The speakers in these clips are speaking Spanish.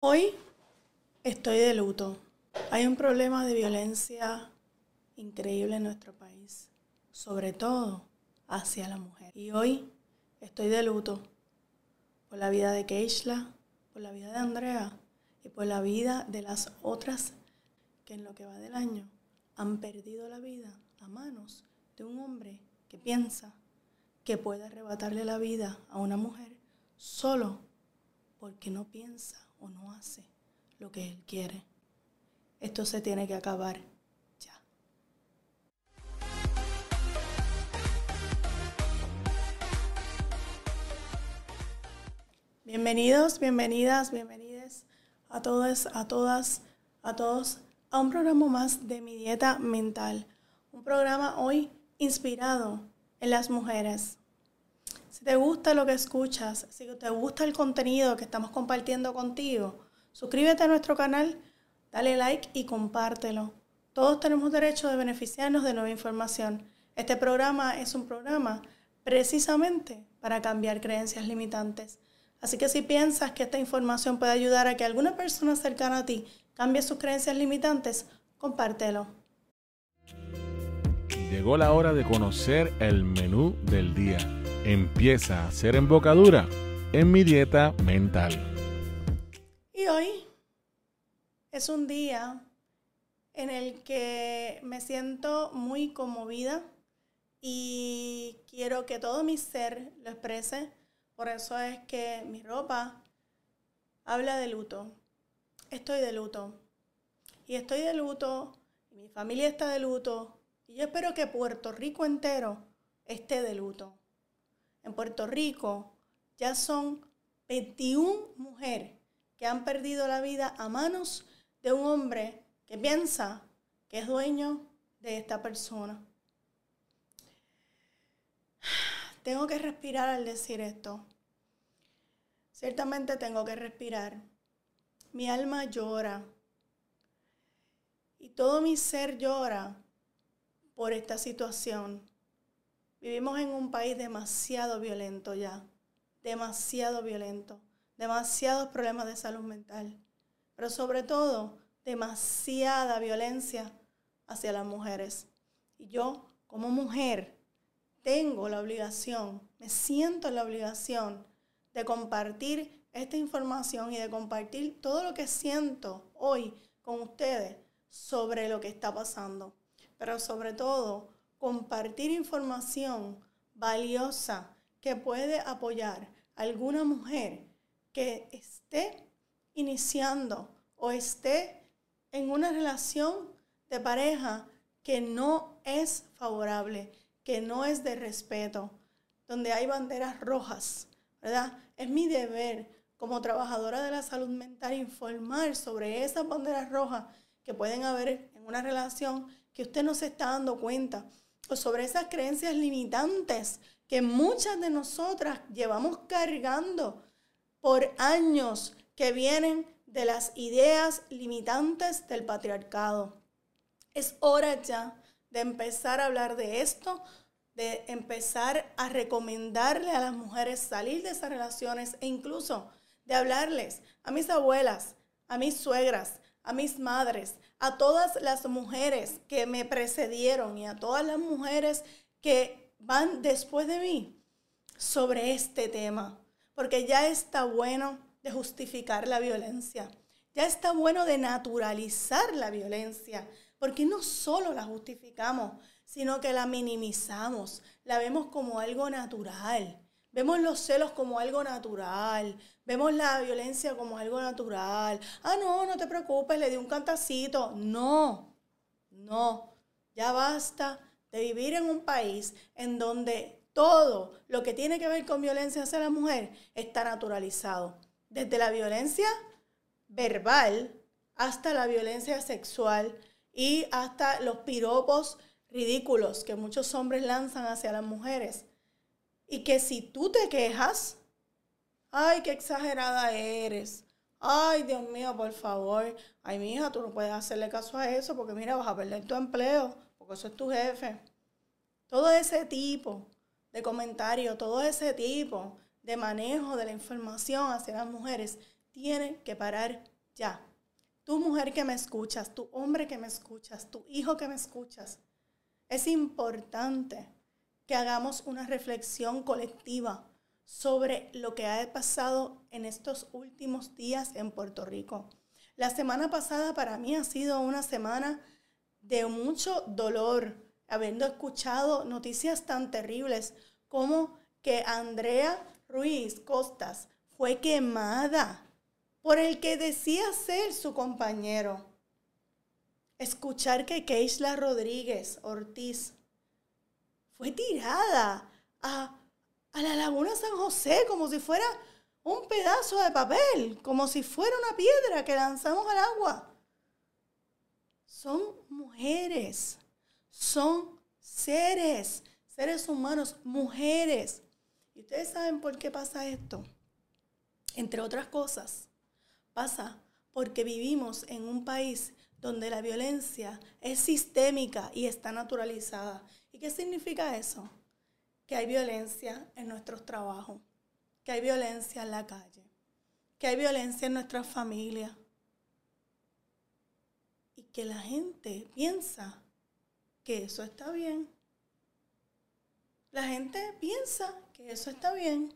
Hoy estoy de luto. Hay un problema de violencia increíble en nuestro país, sobre todo hacia la mujer. Y hoy estoy de luto por la vida de Keishla, por la vida de Andrea y por la vida de las otras que en lo que va del año han perdido la vida a manos de un hombre que piensa que puede arrebatarle la vida a una mujer solo porque no piensa o no hace lo que él quiere. Esto se tiene que acabar ya. Bienvenidos, bienvenidas, bienvenides a todos, a todas, a todos a un programa más de Mi Dieta Mental. Un programa hoy inspirado en las mujeres. Si te gusta lo que escuchas, si te gusta el contenido que estamos compartiendo contigo, suscríbete a nuestro canal, dale like y compártelo. Todos tenemos derecho de beneficiarnos de nueva información. Este programa es un programa precisamente para cambiar creencias limitantes. Así que si piensas que esta información puede ayudar a que alguna persona cercana a ti cambie sus creencias limitantes, compártelo. Llegó la hora de conocer el menú del día. Empieza a ser embocadura en Mi Dieta Mental. Y hoy es un día en el que me siento muy conmovida y quiero que todo mi ser lo exprese. Por eso es que mi ropa habla de luto. Estoy de luto. Y estoy de luto, y mi familia está de luto, y yo espero que Puerto Rico entero esté de luto. En Puerto Rico ya son 21 mujeres que han perdido la vida a manos de un hombre que piensa que es dueño de esta persona. Tengo que respirar al decir esto. Ciertamente tengo que respirar. Mi alma llora. Y todo mi ser llora por esta situación. Vivimos en un país demasiado violento ya. Demasiado violento. Demasiados problemas de salud mental. Pero sobre todo, demasiada violencia hacia las mujeres. Y yo, como mujer, tengo la obligación, me siento en la obligación de compartir esta información y de compartir todo lo que siento hoy con ustedes sobre lo que está pasando. Pero sobre todo, compartir información valiosa que puede apoyar a alguna mujer que esté iniciando o esté en una relación de pareja que no es favorable, que no es de respeto, donde hay banderas rojas, ¿verdad? Es mi deber como trabajadora de la salud mental informar sobre esas banderas rojas que pueden haber en una relación que usted no se está dando cuenta, o sobre esas creencias limitantes que muchas de nosotras llevamos cargando por años, que vienen de las ideas limitantes del patriarcado. Es hora ya de empezar a hablar de esto, de empezar a recomendarle a las mujeres salir de esas relaciones e incluso de hablarles a mis abuelas, a mis suegras, a mis madres, a todas las mujeres que me precedieron y a todas las mujeres que van después de mí sobre este tema. Porque ya está bueno de justificar la violencia. Ya está bueno de naturalizar la violencia. Porque no solo la justificamos, sino que la minimizamos. La vemos como algo natural. Vemos los celos como algo natural. Vemos la violencia como algo natural. Ah, no, no te preocupes, le di un cantacito. No, no. Ya basta de vivir en un país en donde todo lo que tiene que ver con violencia hacia la mujer está naturalizado. Desde la violencia verbal hasta la violencia sexual y hasta los piropos ridículos que muchos hombres lanzan hacia las mujeres. Y que si tú te quejas, ay, qué exagerada eres. Ay, Dios mío, por favor. Ay, mija, tú no puedes hacerle caso a eso porque mira, vas a perder tu empleo porque eso es tu jefe. Todo ese tipo de comentarios, todo ese tipo de manejo de la información hacia las mujeres tiene que parar Ya. Tú, mujer que me escuchas, tú, hombre que me escuchas, tu hijo que me escuchas, es importante que hagamos una reflexión colectiva sobre lo que ha pasado en estos últimos días en Puerto Rico. La semana pasada para mí ha sido una semana de mucho dolor, habiendo escuchado noticias tan terribles como que Andrea Ruiz Costas fue quemada por el que decía ser su compañero. Escuchar que Keishla Rodríguez Ortiz fue tirada a la Laguna San José como si fuera un pedazo de papel, como si fuera una piedra que lanzamos al agua. Son mujeres, son seres humanos, mujeres. ¿Y ustedes saben por qué pasa esto? Entre otras cosas, pasa porque vivimos en un país donde la violencia es sistémica y está naturalizada. ¿Y qué significa eso? Que hay violencia en nuestros trabajos, que hay violencia en la calle, que hay violencia en nuestras familias. Y que la gente piensa que eso está bien. La gente piensa que eso está bien.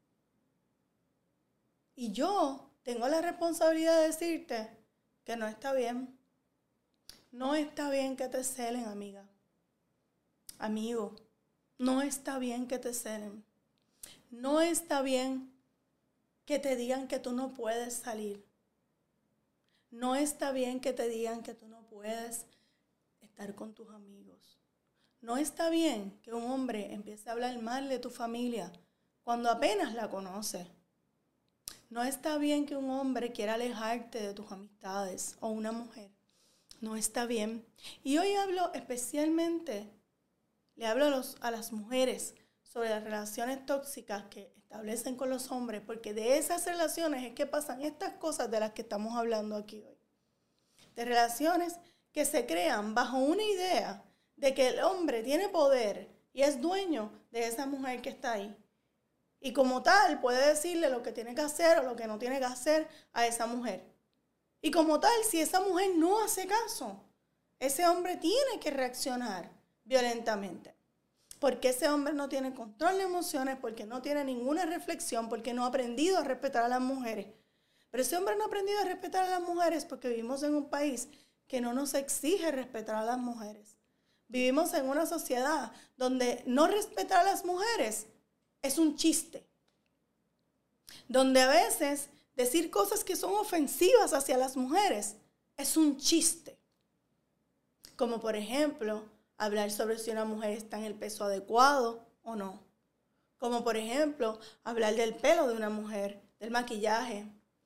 Y yo tengo la responsabilidad de decirte que no está bien. No está bien que te celen, amiga. Amigo, no está bien que te celen. No está bien que te digan que tú no puedes salir. No está bien que te digan que tú no puedes estar con tus amigos. No está bien que un hombre empiece a hablar mal de tu familia cuando apenas la conoce. No está bien que un hombre quiera alejarte de tus amistades o una mujer. No está bien. Y hoy hablo especialmente, le hablo a las mujeres sobre las relaciones tóxicas que establecen con los hombres, porque de esas relaciones es que pasan estas cosas de las que estamos hablando aquí hoy. De relaciones que se crean bajo una idea de que el hombre tiene poder y es dueño de esa mujer que está ahí. Y como tal puede decirle lo que tiene que hacer o lo que no tiene que hacer a esa mujer. Y como tal, si esa mujer no hace caso, ese hombre tiene que reaccionar violentamente. Porque ese hombre no tiene control de emociones, porque no tiene ninguna reflexión, porque no ha aprendido a respetar a las mujeres. Pero ese hombre no ha aprendido a respetar a las mujeres porque vivimos en un país que no nos exige respetar a las mujeres. Vivimos en una sociedad donde no respetar a las mujeres es un chiste. Donde a veces decir cosas que son ofensivas hacia las mujeres es un chiste. Como por ejemplo, hablar sobre si una mujer está en el peso adecuado o no. Como por ejemplo, hablar del pelo de una mujer, del maquillaje,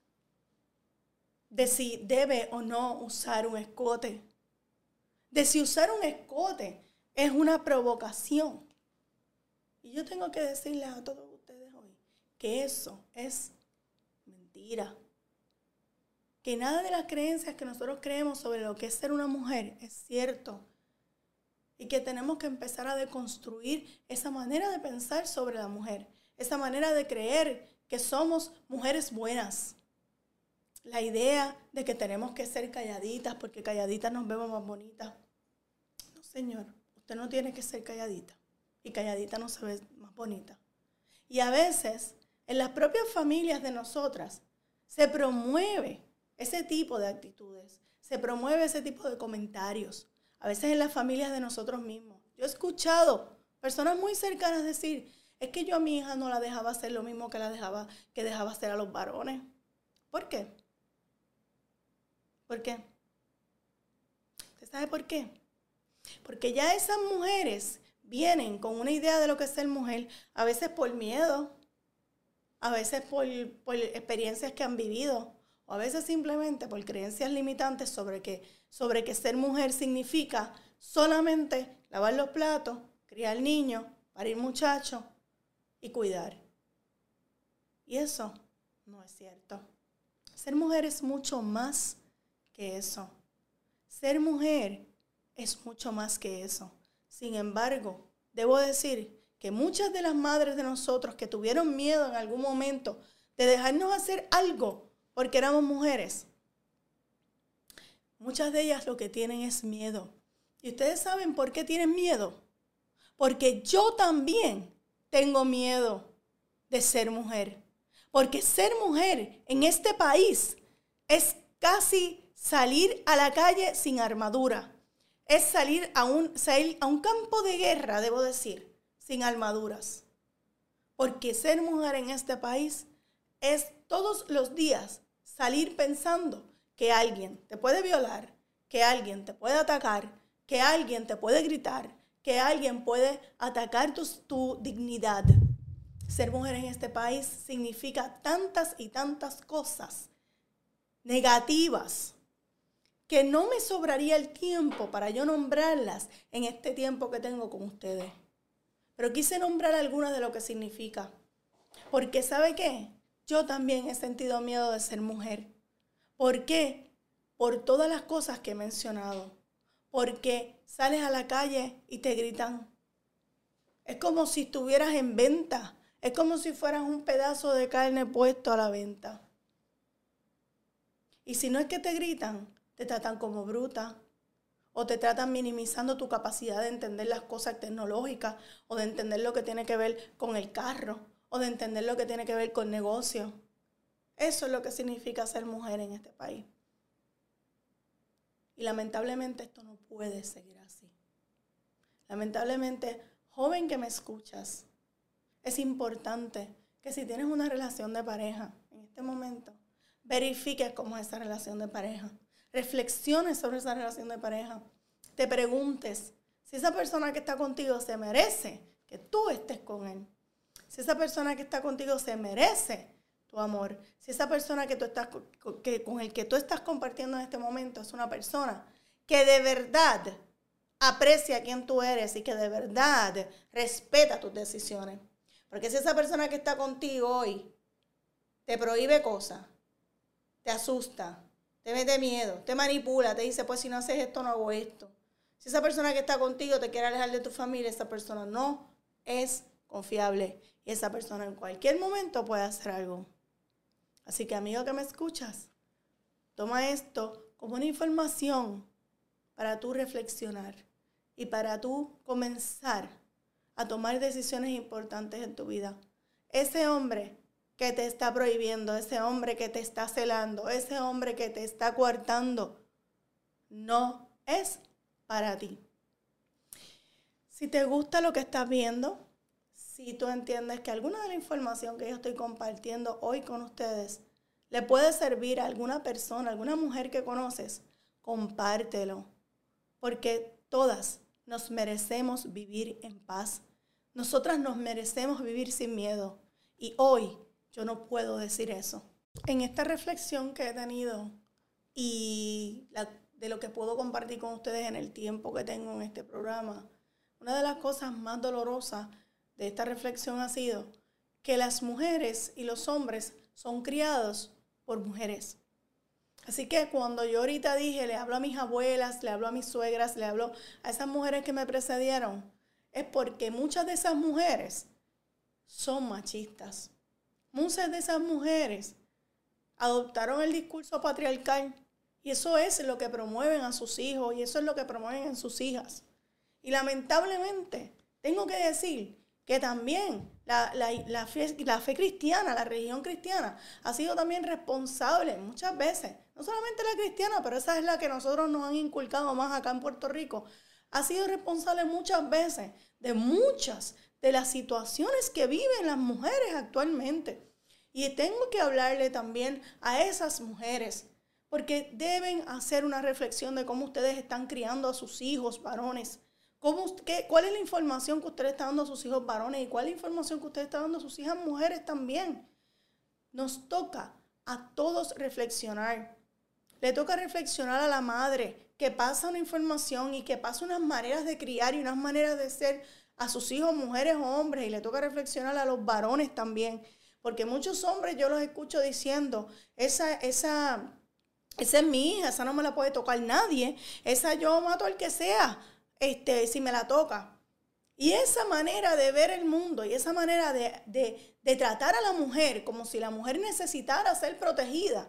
de si debe o no usar un escote, de si usar un escote es una provocación. Y yo tengo que decirles a todos ustedes hoy que eso es mentira. Que nada de las creencias que nosotros creemos sobre lo que es ser una mujer es cierto. Y que tenemos que empezar a deconstruir esa manera de pensar sobre la mujer, esa manera de creer que somos mujeres buenas. La idea de que tenemos que ser calladitas porque calladitas nos vemos más bonitas. No, señor, usted no tiene que ser calladita. Y calladita no se ve más bonita. Y a veces, en las propias familias de nosotras, se promueve ese tipo de actitudes, se promueve ese tipo de comentarios. A veces en las familias de nosotros mismos. Yo he escuchado personas muy cercanas decir, es que yo a mi hija no la dejaba hacer lo mismo que dejaba hacer a los varones. ¿Por qué? ¿Por qué? ¿Usted sabe por qué? Porque ya esas mujeres vienen con una idea de lo que es ser mujer, a veces por miedo, a veces por experiencias que han vivido, o a veces simplemente por creencias limitantes sobre que ser mujer significa solamente lavar los platos, criar niños, parir muchachos y cuidar. Y eso no es cierto. Ser mujer es mucho más que eso. Ser mujer es mucho más que eso. Sin embargo, debo decir que muchas de las madres de nosotros que tuvieron miedo en algún momento de dejarnos hacer algo porque éramos mujeres, muchas de ellas lo que tienen es miedo. ¿Y ustedes saben por qué tienen miedo? Porque yo también tengo miedo de ser mujer. Porque ser mujer en este país es casi salir a la calle sin armadura. Es salir a un campo de guerra, debo decir, sin armaduras. Porque ser mujer en este país es todos los días salir pensando que alguien te puede violar, que alguien te puede atacar, que alguien te puede gritar, que alguien puede atacar tu dignidad. Ser mujer en este país significa tantas y tantas cosas negativas que no me sobraría el tiempo para yo nombrarlas en este tiempo que tengo con ustedes. Pero quise nombrar algunas de lo que significa. Porque ¿sabe qué? Yo también he sentido miedo de ser mujer. ¿Por qué? Por todas las cosas que he mencionado. Porque sales a la calle y te gritan. Es como si estuvieras en venta. Es como si fueras un pedazo de carne puesto a la venta. Y si no es que te gritan, te tratan como bruta, o te tratan minimizando tu capacidad de entender las cosas tecnológicas, o de entender lo que tiene que ver con el carro, o de entender lo que tiene que ver con negocio. Eso es lo que significa ser mujer en este país. Y lamentablemente esto no puede seguir así. Lamentablemente, joven que me escuchas, es importante que si tienes una relación de pareja en este momento, verifiques cómo es esa relación de pareja. Reflexiones sobre esa relación de pareja. Te preguntes si esa persona que está contigo se merece que tú estés con él. Si esa persona que está contigo se merece tu amor. Si esa persona con el que tú estás compartiendo en este momento es una persona que de verdad aprecia quién tú eres y que de verdad respeta tus decisiones. Porque si esa persona que está contigo hoy te prohíbe cosas, te asusta, te mete miedo, te manipula, te dice, pues si no haces esto, no hago esto. Si esa persona que está contigo te quiere alejar de tu familia, esa persona no es confiable. Y esa persona en cualquier momento puede hacer algo. Así que, amigo que me escuchas, toma esto como una información para tú reflexionar y para tú comenzar a tomar decisiones importantes en tu vida. Ese hombre que te está prohibiendo, ese hombre que te está celando, ese hombre que te está coartando, no es para ti. Si te gusta lo que estás viendo, si tú entiendes que alguna de la información que yo estoy compartiendo hoy con ustedes le puede servir a alguna persona, alguna mujer que conoces, compártelo. Porque todas nos merecemos vivir en paz. Nosotras nos merecemos vivir sin miedo. Y hoy yo no puedo decir eso. En esta reflexión que he tenido y de lo que puedo compartir con ustedes en el tiempo que tengo en este programa, una de las cosas más dolorosas de esta reflexión ha sido que las mujeres y los hombres son criados por mujeres. Así que cuando yo ahorita dije, le hablo a mis abuelas, le hablo a mis suegras, le hablo a esas mujeres que me precedieron, es porque muchas de esas mujeres son machistas. Muchas de esas mujeres adoptaron el discurso patriarcal y eso es lo que promueven a sus hijos y eso es lo que promueven en sus hijas. Y lamentablemente tengo que decir que también la fe cristiana, la religión cristiana, ha sido también responsable muchas veces, no solamente la cristiana, pero esa es la que nosotros nos han inculcado más acá en Puerto Rico, ha sido responsable muchas veces de muchas de las situaciones que viven las mujeres actualmente. Y tengo que hablarle también a esas mujeres, porque deben hacer una reflexión de cómo ustedes están criando a sus hijos varones. ¿Cuál es la información que usted está dando a sus hijos varones y cuál es la información que usted está dando a sus hijas mujeres también? Nos toca a todos reflexionar. Le toca reflexionar a la madre que pasa una información y que pasa unas maneras de criar y unas maneras de ser a sus hijos, mujeres o hombres. Y le toca reflexionar a los varones también. Porque muchos hombres yo los escucho diciendo, esa es mi hija, esa no me la puede tocar nadie. Esa yo mato al que sea. Si me la toca. Y esa manera de ver el mundo y esa manera de tratar a la mujer como si la mujer necesitara ser protegida,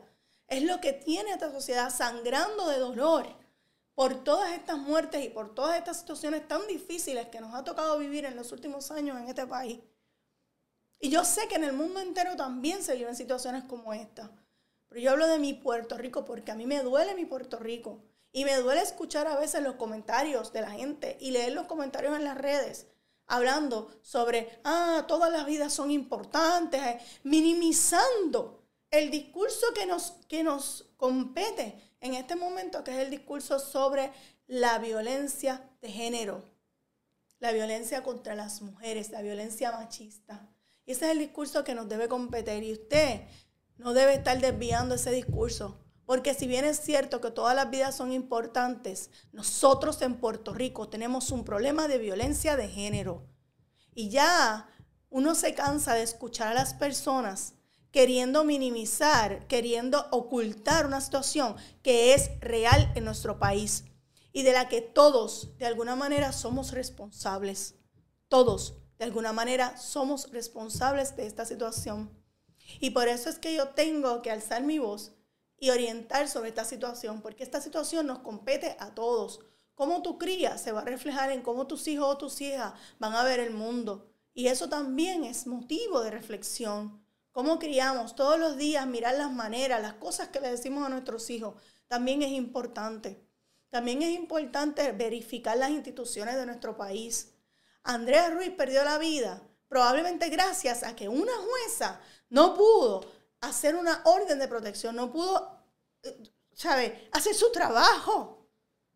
Es lo que tiene esta sociedad sangrando de dolor por todas estas muertes y por todas estas situaciones tan difíciles que nos ha tocado vivir en los últimos años en este país. Y yo sé que en el mundo entero también se viven situaciones como esta. Pero yo hablo de mi Puerto Rico porque a mí me duele mi Puerto Rico. Y me duele escuchar a veces los comentarios de la gente y leer los comentarios en las redes hablando sobre, todas las vidas son importantes, minimizando el discurso que nos compete en este momento, que es el discurso sobre la violencia de género, la violencia contra las mujeres, la violencia machista. Y ese es el discurso que nos debe competir y usted no debe estar desviando ese discurso. Porque si bien es cierto que todas las vidas son importantes, nosotros en Puerto Rico tenemos un problema de violencia de género. Y ya uno se cansa de escuchar a las personas queriendo minimizar, queriendo ocultar una situación que es real en nuestro país y de la que todos, de alguna manera, somos responsables. Todos, de alguna manera, somos responsables de esta situación. Y por eso es que yo tengo que alzar mi voz y orientar sobre esta situación, porque esta situación nos compete a todos. Cómo tú crías se va a reflejar en cómo tus hijos o tus hijas van a ver el mundo. Y eso también es motivo de reflexión. Cómo criamos todos los días, mirar las maneras, las cosas que le decimos a nuestros hijos, también es importante. También es importante verificar las instituciones de nuestro país. Andrea Ruiz perdió la vida probablemente gracias a que una jueza no pudo hacer una orden de protección, no pudo, hacer su trabajo.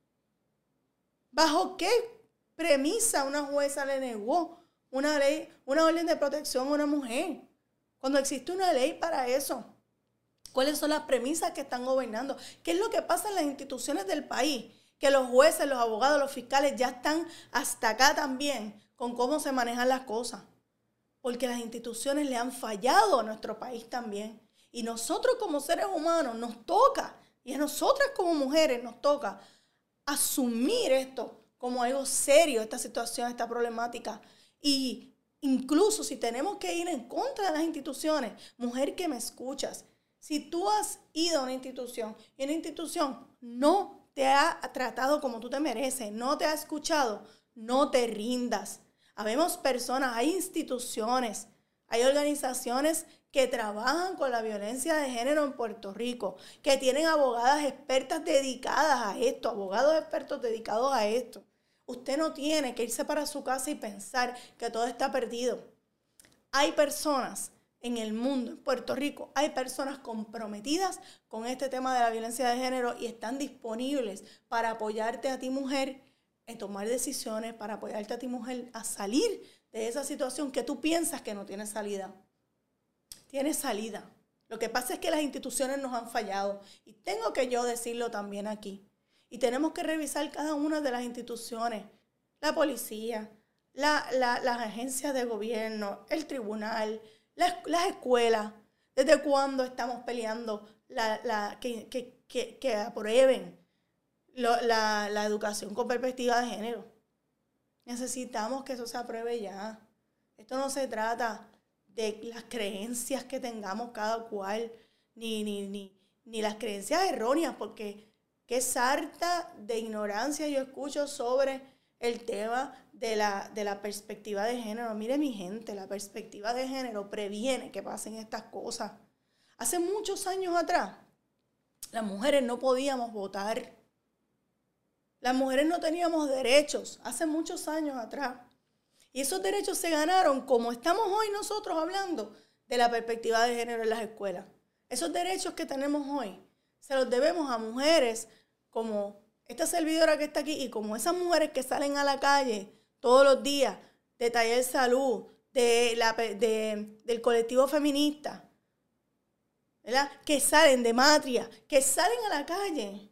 ¿Bajo qué premisa una jueza le negó una orden de protección a una mujer? Cuando existe una ley para eso. ¿Cuáles son las premisas que están gobernando? ¿Qué es lo que pasa en las instituciones del país? Que los jueces, los abogados, los fiscales ya están hasta acá también con cómo se manejan las cosas. Porque las instituciones le han fallado a nuestro país también. Y nosotros como seres humanos nos toca, y a nosotras como mujeres nos toca asumir esto como algo serio, esta situación, esta problemática. Y incluso si tenemos que ir en contra de las instituciones, mujer que me escuchas, si tú has ido a una institución y una institución no te ha tratado como tú te mereces, no te ha escuchado, no te rindas. Habemos personas, hay instituciones, hay organizaciones que trabajan con la violencia de género en Puerto Rico, que tienen abogadas expertas dedicadas a esto, abogados expertos dedicados a esto. Usted no tiene que irse para su casa y pensar que todo está perdido. Hay personas en el mundo, en Puerto Rico, hay personas comprometidas con este tema de la violencia de género y están disponibles para apoyarte a ti, mujer, en tomar decisiones, para apoyarte a ti, mujer, a salir de esa situación que tú piensas que no tiene salida. Tiene salida. Lo que pasa es que las instituciones nos han fallado y tengo que yo decirlo también aquí. Y tenemos que revisar cada una de las instituciones, la policía, las agencias de gobierno, el tribunal, las escuelas. ¿Desde cuándo estamos peleando que aprueben la educación con perspectiva de género? Necesitamos que eso se apruebe ya. Esto no se trata de las creencias que tengamos cada cual, ni las creencias erróneas, porque qué sarta de ignorancia yo escucho sobre el tema de la perspectiva de género. Mire, mi gente, la perspectiva de género previene que pasen estas cosas. Hace muchos años atrás, las mujeres no podíamos votar. Las mujeres no teníamos derechos, hace muchos años atrás. Y esos derechos se ganaron, como estamos hoy nosotros hablando, de la perspectiva de género en las escuelas. Esos derechos que tenemos hoy se los debemos a mujeres como esta servidora que está aquí y como esas mujeres que salen a la calle todos los días de Taller Salud, del colectivo feminista, ¿verdad? Que salen de Matria, que salen a la calle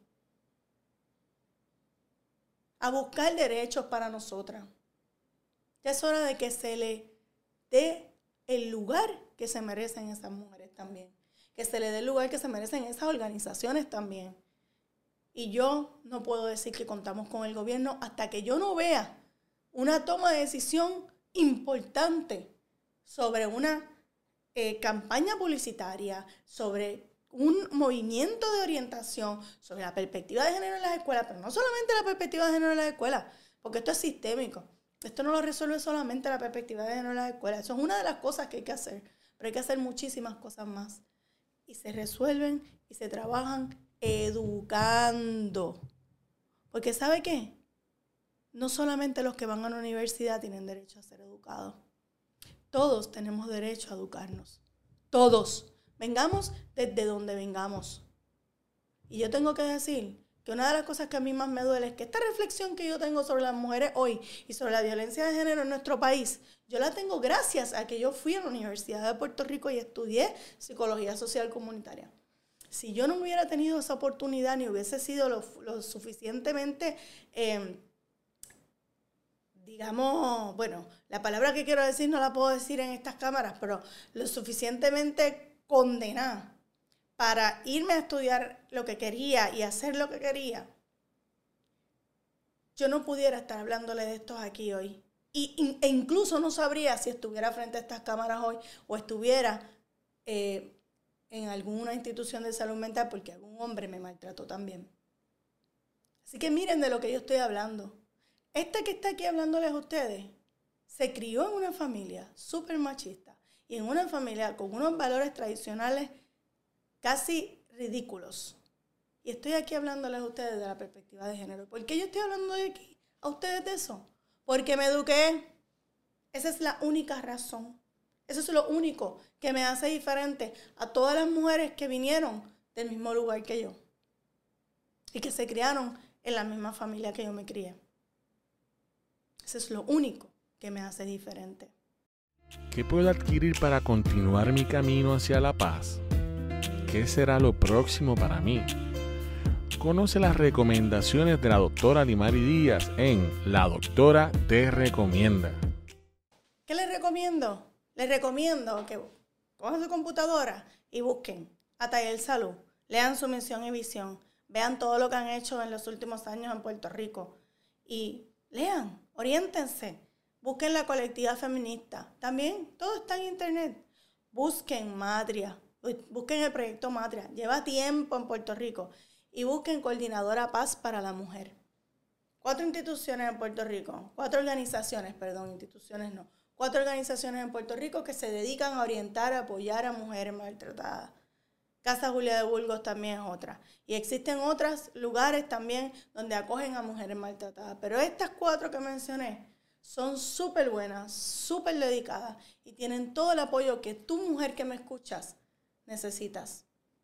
a buscar derechos para nosotras. Ya es hora de que se le dé el lugar que se merecen esas mujeres también. Que se le dé el lugar que se merecen esas organizaciones también. Y yo no puedo decir que contamos con el gobierno hasta que yo no vea una toma de decisión importante sobre una campaña publicitaria, sobre un movimiento de orientación sobre la perspectiva de género en las escuelas, pero no solamente la perspectiva de género en las escuelas, porque esto es sistémico. Esto no lo resuelve solamente la perspectiva de género en las escuelas. Eso es una de las cosas que hay que hacer, pero hay que hacer muchísimas cosas más. Y se resuelven y se trabajan educando. Porque ¿sabe qué? No solamente los que van a la universidad tienen derecho a ser educados. Todos tenemos derecho a educarnos. Todos. Vengamos desde donde vengamos. Y yo tengo que decir que una de las cosas que a mí más me duele es que esta reflexión que yo tengo sobre las mujeres hoy y sobre la violencia de género en nuestro país, yo la tengo gracias a que yo fui a la Universidad de Puerto Rico y estudié psicología social comunitaria. Si yo no hubiera tenido esa oportunidad ni hubiese sido lo suficientemente, digamos, bueno, la palabra que quiero decir no la puedo decir en estas cámaras, pero lo suficientemente condenada para irme a estudiar lo que quería y hacer lo que quería, yo no pudiera estar hablándole de estos aquí hoy. E incluso no sabría si estuviera frente a estas cámaras hoy o estuviera en alguna institución de salud mental porque algún hombre me maltrató también. Así que miren de lo que yo estoy hablando. Este que está aquí hablándoles a ustedes se crió en una familia súper machista y en una familia con unos valores tradicionales casi ridículos. Y estoy aquí hablándoles a ustedes de la perspectiva de género. ¿Por qué yo estoy hablando de aquí a ustedes de eso? Porque me eduqué. Esa es la única razón. Eso es lo único que me hace diferente a todas las mujeres que vinieron del mismo lugar que yo. Y que se criaron en la misma familia que yo me crié. Eso es lo único que me hace diferente. ¿Qué puedo adquirir para continuar mi camino hacia la paz? ¿Qué será lo próximo para mí? Conoce las recomendaciones de la doctora Limari Díaz en La Doctora Te Recomienda. ¿Qué les recomiendo? Les recomiendo que cojan su computadora y busquen a Taller Salud. Lean su misión y visión. Vean todo lo que han hecho en los últimos años en Puerto Rico. Y lean, oriéntense. Busquen la colectiva feminista. También todo está en internet. Busquen Matria. Busquen el proyecto Matria. Lleva tiempo en Puerto Rico. Y busquen Coordinadora Paz para la Mujer. 4 instituciones en Puerto Rico. 4 organizaciones, perdón, instituciones no. 4 organizaciones en Puerto Rico que se dedican a orientar, a apoyar a mujeres maltratadas. Casa Julia de Burgos también es otra. Y existen otros lugares también donde acogen a mujeres maltratadas. Pero estas 4 que mencioné son súper buenas, súper dedicadas y tienen todo el apoyo que tú, mujer que me escuchas, necesitas.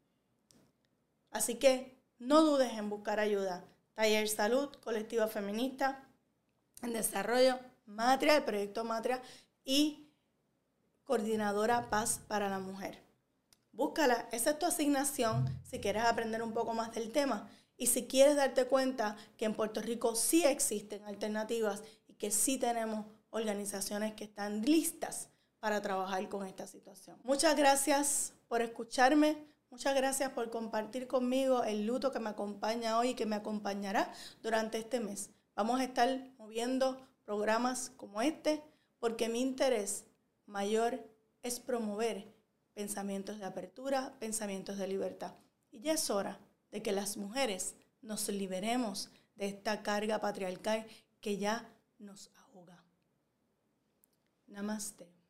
Así que no dudes en buscar ayuda. Taller Salud, Colectiva Feminista, en Desarrollo, Matria, el proyecto Matria y Coordinadora Paz para la Mujer. Búscala, esa es tu asignación si quieres aprender un poco más del tema y si quieres darte cuenta que en Puerto Rico sí existen alternativas y que sí tenemos organizaciones que están listas para trabajar con esta situación. Muchas gracias por escucharme. Muchas gracias por compartir conmigo el luto que me acompaña hoy y que me acompañará durante este mes. Vamos a estar moviendo programas como este porque mi interés mayor es promover pensamientos de apertura, pensamientos de libertad. Y ya es hora de que las mujeres nos liberemos de esta carga patriarcal que ya nos ahoga. Namaste.